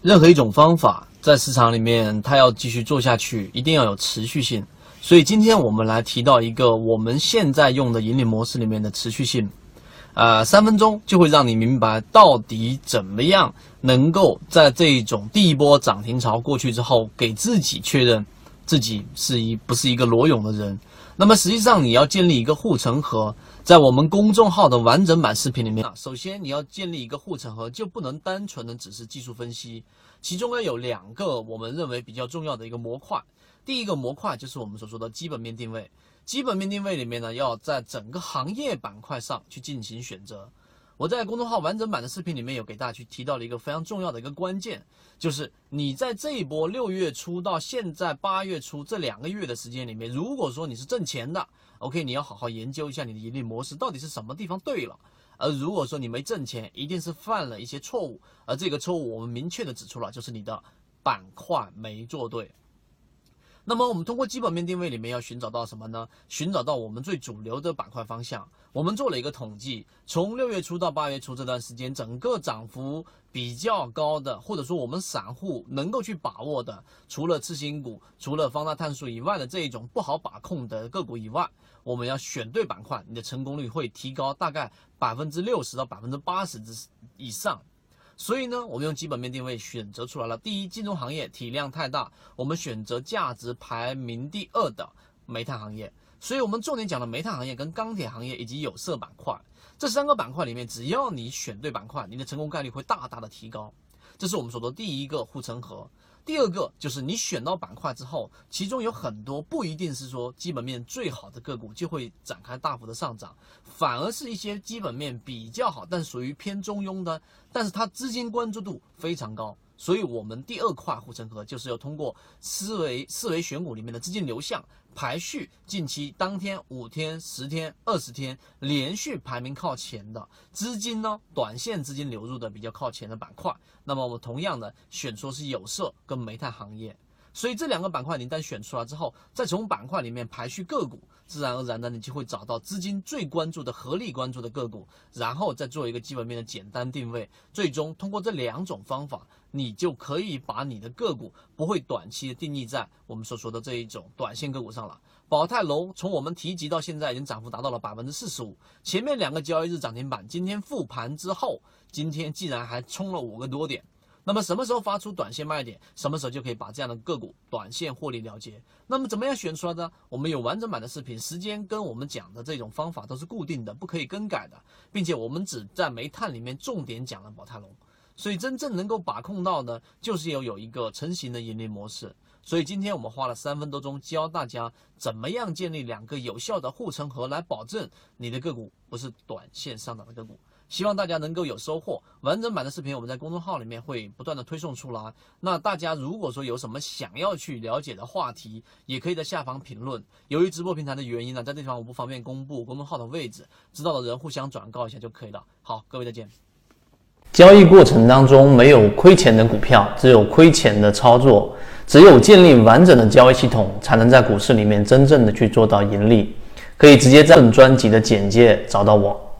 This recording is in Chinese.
任何一种方法在市场里面，它要继续做下去，一定要有持续性。所以今天我们来提到一个我们现在用的盈利模式里面的持续性。3分钟就会让你明白到底怎么样能够在这一种第一波涨停潮过去之后，给自己确认自己不是一个裸泳的人。那么实际上你要建立一个护城河，在我们公众号的完整版视频里面，首先你要建立一个护城河，就不能单纯的只是技术分析，其中要有2个我们认为比较重要的一个模块。第一个模块就是我们所说的基本面定位。基本面定位里面呢，要在整个行业板块上去进行选择。我在公众号完整版的视频里面有给大家去提到了一个非常重要的一个关键，就是你在这一波6月初到现在8月初这2个月的时间里面，如果说你是挣钱的 ，OK， 你要好好研究一下你的盈利模式到底是什么地方对了。而如果说你没挣钱，一定是犯了一些错误，而这个错误我们明确的指出了，就是你的板块没做对。那么我们通过基本面定位里面要寻找到什么呢？寻找到我们最主流的板块方向。我们做了一个统计，从6月初到8月初这段时间，整个涨幅比较高的，或者说我们散户能够去把握的，除了次新股、除了方大碳素以外的这一种不好把控的个股以外，我们要选对板块，你的成功率会提高大概60%到80%以上。所以呢，我们用基本面定位选择出来了。第一，金融行业体量太大，我们选择价值排名第2的煤炭行业。所以我们重点讲了煤炭行业跟钢铁行业以及有色板块。这3个板块里面，只要你选对板块，你的成功概率会大大的提高。这是我们说的第一个护城河。第2个就是你选到板块之后，其中有很多不一定是说基本面最好的个股就会展开大幅的上涨，反而是一些基本面比较好但属于偏中庸的，但是它资金关注度非常高。所以我们第2块护城河就是要通过四维选股里面的资金流向排序，近期当天、5天、10天、20天连续排名靠前的资金呢，短线资金流入的比较靠前的板块。那么我们同样的选出是有色跟煤炭行业。所以这2个板块你一旦选出来之后，再从板块里面排序个股，自然而然的你就会找到资金最关注的、合力关注的个股，然后再做一个基本面的简单定位。最终通过这2种方法，你就可以把你的个股不会短期的定义在我们所说的这一种短线个股上了。宝泰龙从我们提及到现在已经涨幅达到了45%，前面2个交易日涨停板，今天复盘之后，今天竟然还冲了5个多点。那么什么时候发出短线卖点，什么时候就可以把这样的个股短线获利了结。那么怎么样选出来的？我们有完整版的视频，时间跟我们讲的这种方法都是固定的，不可以更改的，并且我们只在煤炭里面重点讲了宝泰龙。所以真正能够把控到的，就是要有一个成型的盈利模式。所以今天我们花了3分多钟教大家怎么样建立2个有效的护城河，来保证你的个股不是短线上涨的个股。希望大家能够有收获。完整版的视频我们在公众号里面会不断的推送出来。那大家如果说有什么想要去了解的话题，也可以在下方评论。由于直播平台的原因呢，在这地方我不方便公布公众号的位置，知道的人互相转告一下就可以了。好，各位再见。 交易过程当中没有亏钱的股票，只有亏钱的操作。只有建立完整的交易系统，才能在股市里面真正的去做到盈利。可以直接在本专辑的简介找到我。